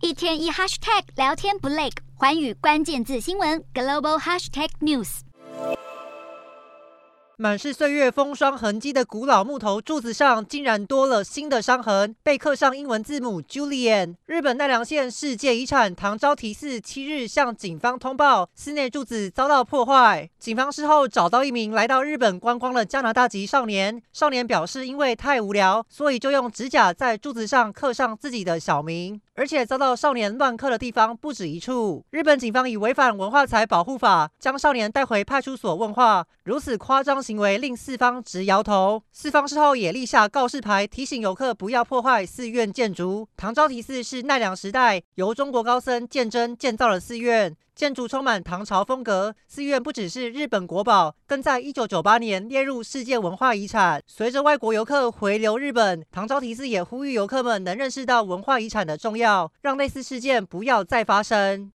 一天一 hashtag 聊天不累，寰宇关键字新闻 global hashtag news。 满是岁月风霜痕迹的古老木头柱子上，竟然多了新的伤痕，被刻上英文字母 Julian。日本奈良县世界遗产唐招提寺7日向警方通报，寺内柱子遭到破坏。警方事后找到一名来到日本观光的加拿大籍少年，少年表示因为太无聊，所以就用指甲在柱子上刻上自己的小名。而且遭到少年乱刻的地方不止一处。日本警方以违反文化财保护法，将少年带回派出所问话。如此夸张行为令四方直摇头。四方事后也立下告示牌，提醒游客不要破坏寺院建筑。唐招提寺是奈良时代由中国高僧鉴真建造的寺院。建筑充满唐朝风格，寺院不只是日本国宝，更在1998年列入世界文化遗产。随着外国游客回流日本，唐招提寺也呼吁游客们能认识到文化遗产的重要，让类似事件不要再发生。